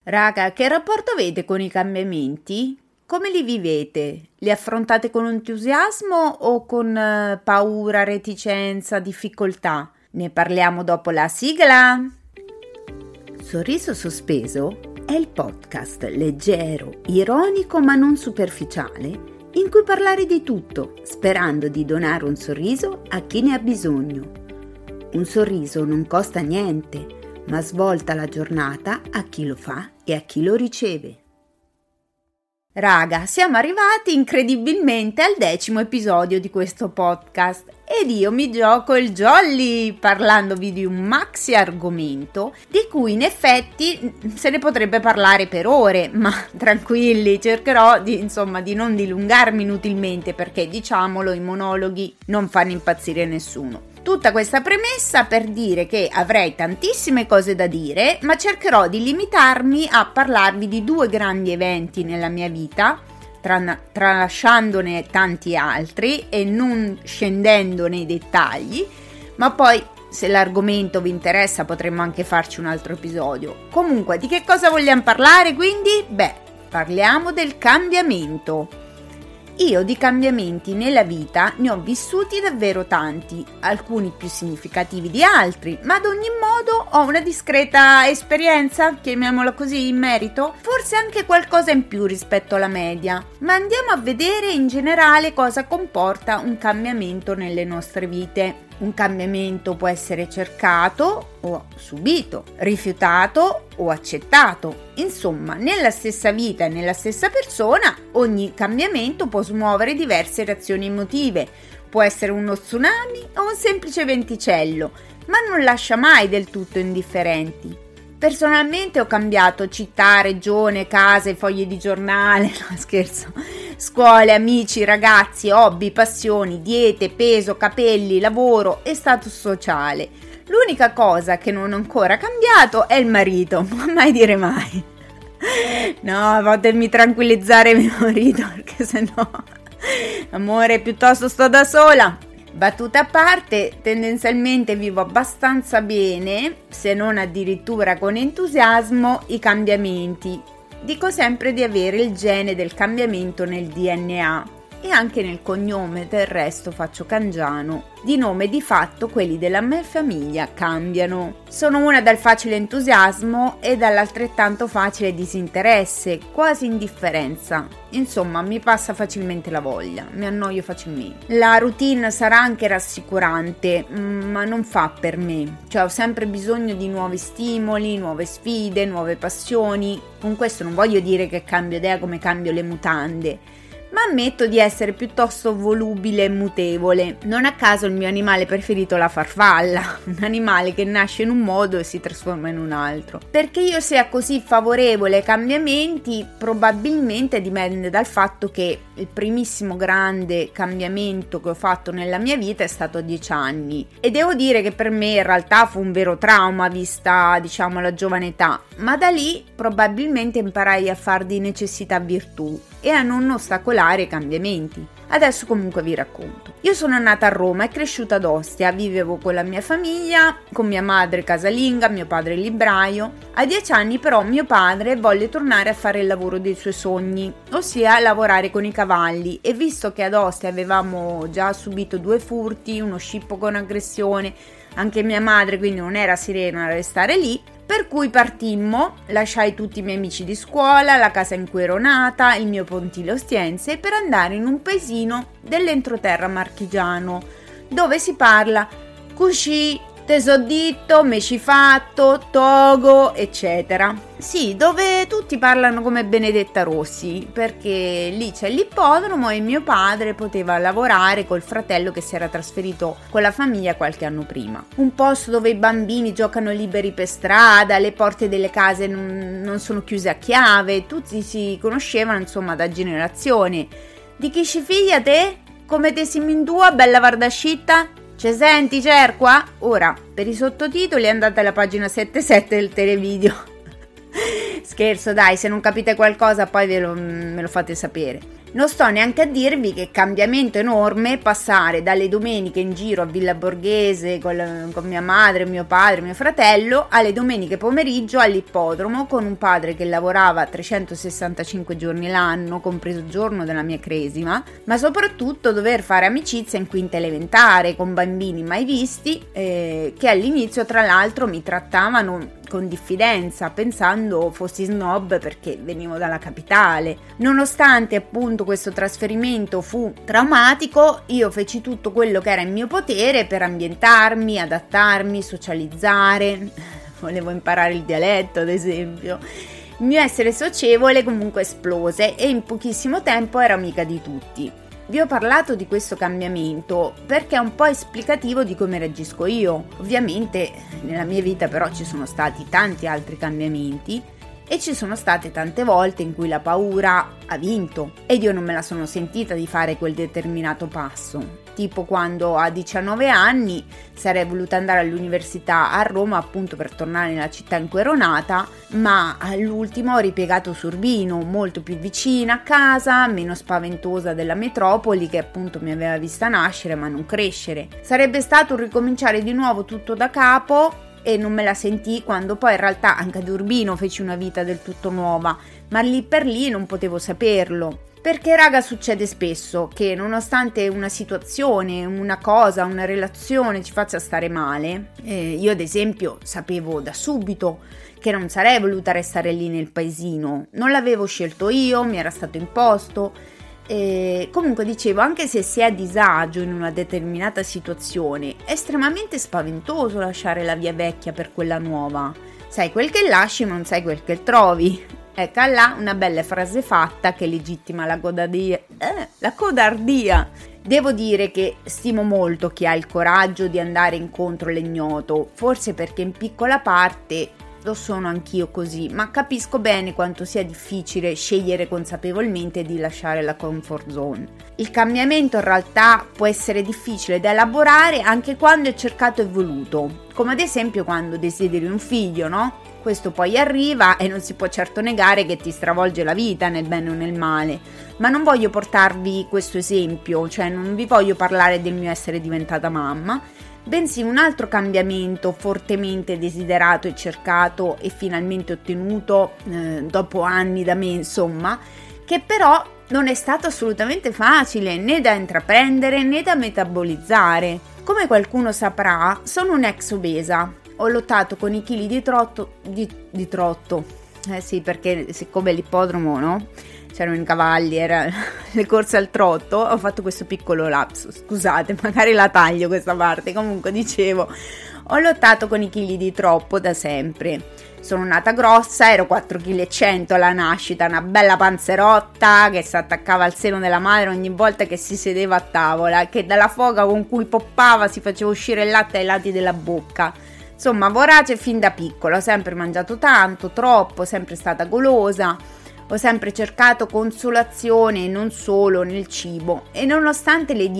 Raga, che rapporto avete con i cambiamenti? Come li vivete? Li affrontate con entusiasmo o con paura, reticenza, difficoltà? Ne parliamo dopo la sigla. Sorriso sospeso è il podcast leggero, ironico ma non superficiale in cui parlare di tutto, sperando di donare un sorriso a chi ne ha bisogno. Un sorriso non costa niente, ma svolta la giornata a chi lo fa e a chi lo riceve. Raga, siamo arrivati incredibilmente al 10° episodio di questo podcast ed io mi gioco il jolly parlandovi di un maxi argomento di cui in effetti se ne potrebbe parlare per ore, ma tranquilli, cercherò di non dilungarmi inutilmente perché, diciamolo, i monologhi non fanno impazzire nessuno. Tutta questa premessa per dire che avrei tantissime cose da dire, ma cercherò di limitarmi a parlarvi di 2 grandi eventi nella mia vita, tralasciandone tanti altri e non scendendo nei dettagli, ma poi se l'argomento vi interessa potremmo anche farci un altro episodio. Comunque, di che cosa vogliamo parlare quindi? Parliamo del cambiamento. Io di cambiamenti nella vita ne ho vissuti davvero tanti, alcuni più significativi di altri, ma ad ogni modo ho una discreta esperienza, chiamiamola così, in merito, forse anche qualcosa in più rispetto alla media, ma andiamo a vedere in generale cosa comporta un cambiamento nelle nostre vite. Un cambiamento può essere cercato o subito, rifiutato o accettato. Insomma, nella stessa vita e nella stessa persona, ogni cambiamento può smuovere diverse reazioni emotive. Può essere uno tsunami o un semplice venticello, ma non lascia mai del tutto indifferenti. Personalmente ho cambiato città, regione, case, fogli di giornale, no scherzo, scuole, amici, ragazzi, hobby, passioni, diete, peso, capelli, lavoro e status sociale. L'unica cosa che non ho ancora cambiato è il marito, ma mai dire mai. No, fatemi tranquillizzare mio marito perché sennò, amore, piuttosto sto da sola. Battuta a parte, tendenzialmente vivo abbastanza bene, se non addirittura con entusiasmo, i cambiamenti. Dico sempre di avere il gene del cambiamento nel DNA e anche nel cognome, del resto faccio cangiano. Di nome di fatto quelli della mia famiglia cambiano. Sono una dal facile entusiasmo e dall'altrettanto facile disinteresse, quasi indifferenza. Insomma, mi passa facilmente la voglia, mi annoio facilmente. La routine sarà anche rassicurante, ma non fa per me. Cioè, ho sempre bisogno di nuovi stimoli, nuove sfide, nuove passioni. Con questo non voglio dire che cambio idea come cambio le mutande, ma ammetto di essere piuttosto volubile e mutevole. Non a caso il mio animale preferito è la farfalla, un animale che nasce in un modo e si trasforma in un altro. Perché io sia così favorevole ai cambiamenti probabilmente dipende dal fatto che il primissimo grande cambiamento che ho fatto nella mia vita è stato a 10 anni e devo dire che per me in realtà fu un vero trauma vista, la giovane età, ma da lì probabilmente imparai a far di necessità virtù e a non ostacolare i cambiamenti. Adesso comunque vi racconto. Io sono nata a Roma e cresciuta ad Ostia, vivevo con la mia famiglia, con mia madre casalinga, mio padre libraio. A 10 anni però mio padre volle tornare a fare il lavoro dei suoi sogni, ossia lavorare con i cavalli, e visto che ad Ostia avevamo già subito 2 furti, uno scippo con aggressione, anche mia madre quindi non era serena a restare lì, per cui partimmo, lasciai tutti i miei amici di scuola, la casa in cui ero nata, il mio pontile ostiense per andare in un paesino dell'entroterra marchigiano, dove si parla cuscì, tesodditto, mecifatto, togo, eccetera. Sì, dove tutti parlano come Benedetta Rossi, perché lì c'è l'ippodromo e mio padre poteva lavorare col fratello che si era trasferito con la famiglia qualche anno prima. Un posto dove i bambini giocano liberi per strada, le porte delle case non sono chiuse a chiave, tutti si conoscevano da generazioni. Di chi ci figlia te? Come te si mindua, bella vardascitta? Ci senti, cerqua? Ora, per i sottotitoli andate alla pagina 77 del televideo. Scherzo, dai, se non capite qualcosa poi me lo fate sapere. Non sto neanche a dirvi che cambiamento enorme passare dalle domeniche in giro a Villa Borghese con mia madre, mio padre, mio fratello, alle domeniche pomeriggio all'ippodromo con un padre che lavorava 365 giorni l'anno, compreso il giorno della mia cresima, ma soprattutto dover fare amicizia in quinta elementare con bambini mai visti che all'inizio tra l'altro mi trattavano con diffidenza, pensando fossi snob perché venivo dalla capitale. Nonostante appunto questo trasferimento fu traumatico, io feci tutto quello che era in mio potere per ambientarmi, adattarmi, socializzare. Volevo imparare il dialetto, ad esempio. Il mio essere socievole comunque esplose e in pochissimo tempo ero amica di tutti. Vi ho parlato di questo cambiamento perché è un po' esplicativo di come reagisco io. Ovviamente nella mia vita però ci sono stati tanti altri cambiamenti e ci sono state tante volte in cui la paura ha vinto ed io non me la sono sentita di fare quel determinato passo. Tipo quando a 19 anni sarei voluta andare all'università a Roma appunto per tornare nella città in cui ero nata, ma all'ultimo ho ripiegato su Urbino, molto più vicina a casa, meno spaventosa della metropoli che appunto mi aveva vista nascere ma non crescere. Sarebbe stato un ricominciare di nuovo tutto da capo e non me la sentii quando poi in realtà anche ad Urbino feci una vita del tutto nuova, ma lì per lì non potevo saperlo. Perché raga succede spesso che nonostante una situazione, una cosa, una relazione ci faccia stare male, io ad esempio sapevo da subito che non sarei voluta restare lì nel paesino, non l'avevo scelto io, mi era stato imposto. Comunque dicevo, anche se si è a disagio in una determinata situazione, è estremamente spaventoso lasciare la via vecchia per quella nuova. Sai quel che lasci, ma non sai quel che trovi. Ecco là una bella frase fatta che legittima la codardia. Devo dire che stimo molto chi ha il coraggio di andare incontro all'ignoto, forse perché in piccola parte lo sono anch'io così, ma capisco bene quanto sia difficile scegliere consapevolmente di lasciare la comfort zone. Il cambiamento in realtà può essere difficile da elaborare anche quando è cercato e voluto, come ad esempio quando desideri un figlio, no? Questo poi arriva e non si può certo negare che ti stravolge la vita nel bene o nel male, ma non voglio portarvi questo esempio, cioè non vi voglio parlare del mio essere diventata mamma, bensì un altro cambiamento fortemente desiderato e cercato e finalmente ottenuto dopo anni da me, insomma, che però non è stato assolutamente facile né da intraprendere né da metabolizzare. Come qualcuno saprà, sono un'ex obesa. Ho lottato con i chili di trotto. Sì, perché siccome l'ippodromo, no? C'erano i cavalli, era le corse al trotto, ho fatto questo piccolo lapsus. Scusate, magari la taglio questa parte. Comunque dicevo, ho lottato con i chili di troppo da sempre. Sono nata grossa, ero 4,1 kg alla nascita, una bella panzerotta che si attaccava al seno della madre ogni volta che si sedeva a tavola, che dalla foga con cui poppava si faceva uscire il latte ai lati della bocca. Insomma, vorace fin da piccola, ho sempre mangiato tanto, troppo, sempre stata golosa, ho sempre cercato consolazione non solo nel cibo e nonostante le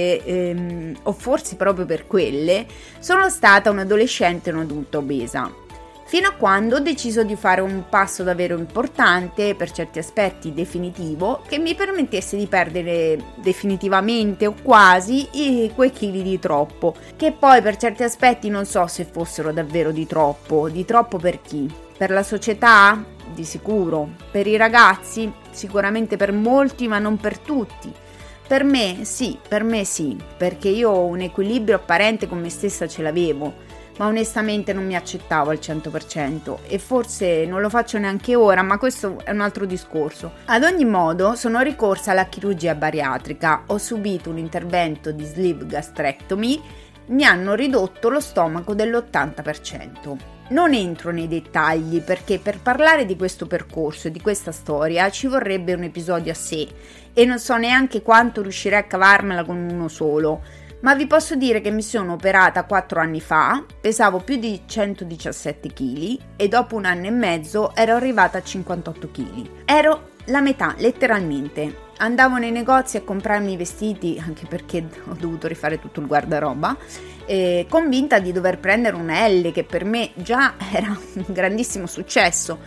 diete, o forse proprio per quelle, sono stata un'adolescente e un'adulta obesa. Fino a quando ho deciso di fare un passo davvero importante, per certi aspetti definitivo, che mi permettesse di perdere definitivamente o quasi quei chili di troppo, che poi per certi aspetti non so se fossero davvero di troppo per chi? Per la società? Di sicuro. Per i ragazzi? Sicuramente per molti, ma non per tutti. Per me sì, perché io un equilibrio apparente con me stessa ce l'avevo, ma onestamente non mi accettavo al 100% e forse non lo faccio neanche ora, ma questo è un altro discorso. Ad ogni modo sono ricorsa alla chirurgia bariatrica, ho subito un intervento di sleeve gastrectomy, mi hanno ridotto lo stomaco dell'80%. Non entro nei dettagli perché per parlare di questo percorso e di questa storia ci vorrebbe un episodio a sé e non so neanche quanto riuscirei a cavarmela con uno solo. Ma vi posso dire che mi sono operata 4 anni fa, pesavo più di 117 kg e dopo 1 anno e mezzo ero arrivata a 58 kg. Ero la metà, letteralmente. Andavo nei negozi a comprarmi i vestiti, anche perché ho dovuto rifare tutto il guardaroba, convinta di dover prendere una L, che per me già era un grandissimo successo.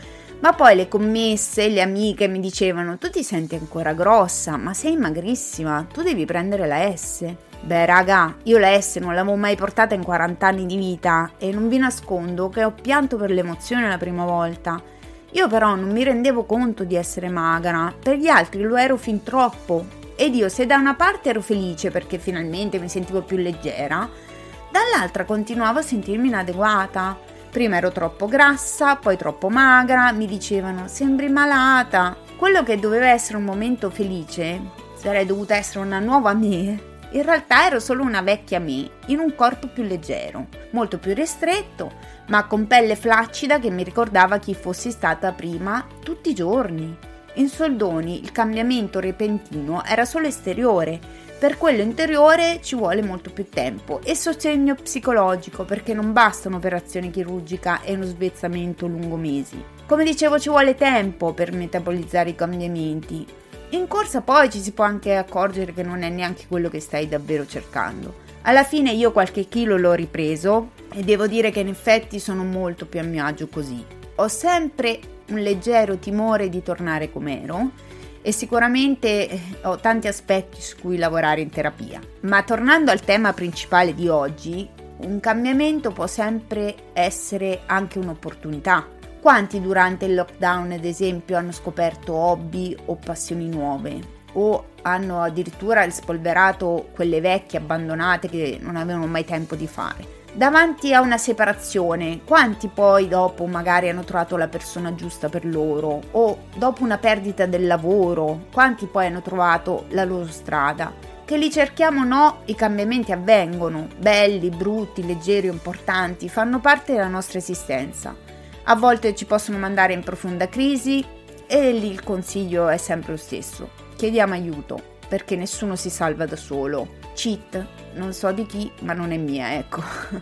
Ma poi le commesse, le amiche mi dicevano: tu ti senti ancora grossa, ma sei magrissima, tu devi prendere la S. Beh raga, io la S non l'avevo mai portata in 40 anni di vita e non vi nascondo che ho pianto per l'emozione la prima volta. Io però non mi rendevo conto di essere magra, per gli altri lo ero fin troppo. Ed io, se da una parte ero felice perché finalmente mi sentivo più leggera, dall'altra continuavo a sentirmi inadeguata. Prima ero troppo grassa, poi troppo magra, mi dicevano: sembri malata. Quello che doveva essere un momento felice, sarei dovuta essere una nuova me, in realtà ero solo una vecchia me, in un corpo più leggero, molto più ristretto, ma con pelle flaccida che mi ricordava chi fossi stata prima tutti i giorni. In soldoni il cambiamento repentino era solo esteriore, per quello interiore ci vuole molto più tempo e sostegno psicologico, perché non basta un'operazione chirurgica e uno svezzamento lungo mesi. Come dicevo, ci vuole tempo per metabolizzare i cambiamenti. In corsa poi ci si può anche accorgere che non è neanche quello che stai davvero cercando. Alla fine io qualche chilo l'ho ripreso e devo dire che in effetti sono molto più a mio agio così. Ho sempre un leggero timore di tornare com'ero e sicuramente ho tanti aspetti su cui lavorare in terapia. Ma tornando al tema principale di oggi, un cambiamento può sempre essere anche un'opportunità. Quanti durante il lockdown, ad esempio, hanno scoperto hobby o passioni nuove? O hanno addirittura rispolverato quelle vecchie abbandonate che non avevano mai tempo di fare? Davanti a una separazione, quanti poi dopo magari hanno trovato la persona giusta per loro? O dopo una perdita del lavoro, quanti poi hanno trovato la loro strada? Che li cerchiamo o no, i cambiamenti avvengono, belli, brutti, leggeri o importanti, fanno parte della nostra esistenza. A volte ci possono mandare in profonda crisi e lì il consiglio è sempre lo stesso: chiediamo aiuto, perché nessuno si salva da solo. Cheat, non so di chi, ma non è mia, ecco.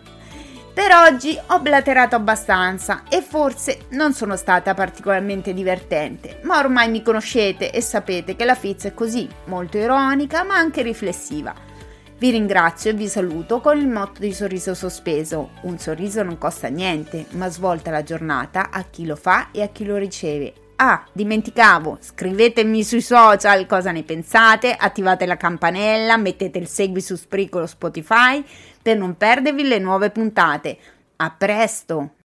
Per oggi ho blaterato abbastanza e forse non sono stata particolarmente divertente, ma ormai mi conoscete e sapete che la Fizz è così, molto ironica ma anche riflessiva. Vi ringrazio e vi saluto con il motto di sorriso sospeso: un sorriso non costa niente, ma svolta la giornata a chi lo fa e a chi lo riceve. Ah, dimenticavo, scrivetemi sui social cosa ne pensate, attivate la campanella, mettete il segui su Spreaker o Spotify per non perdervi le nuove puntate. A presto!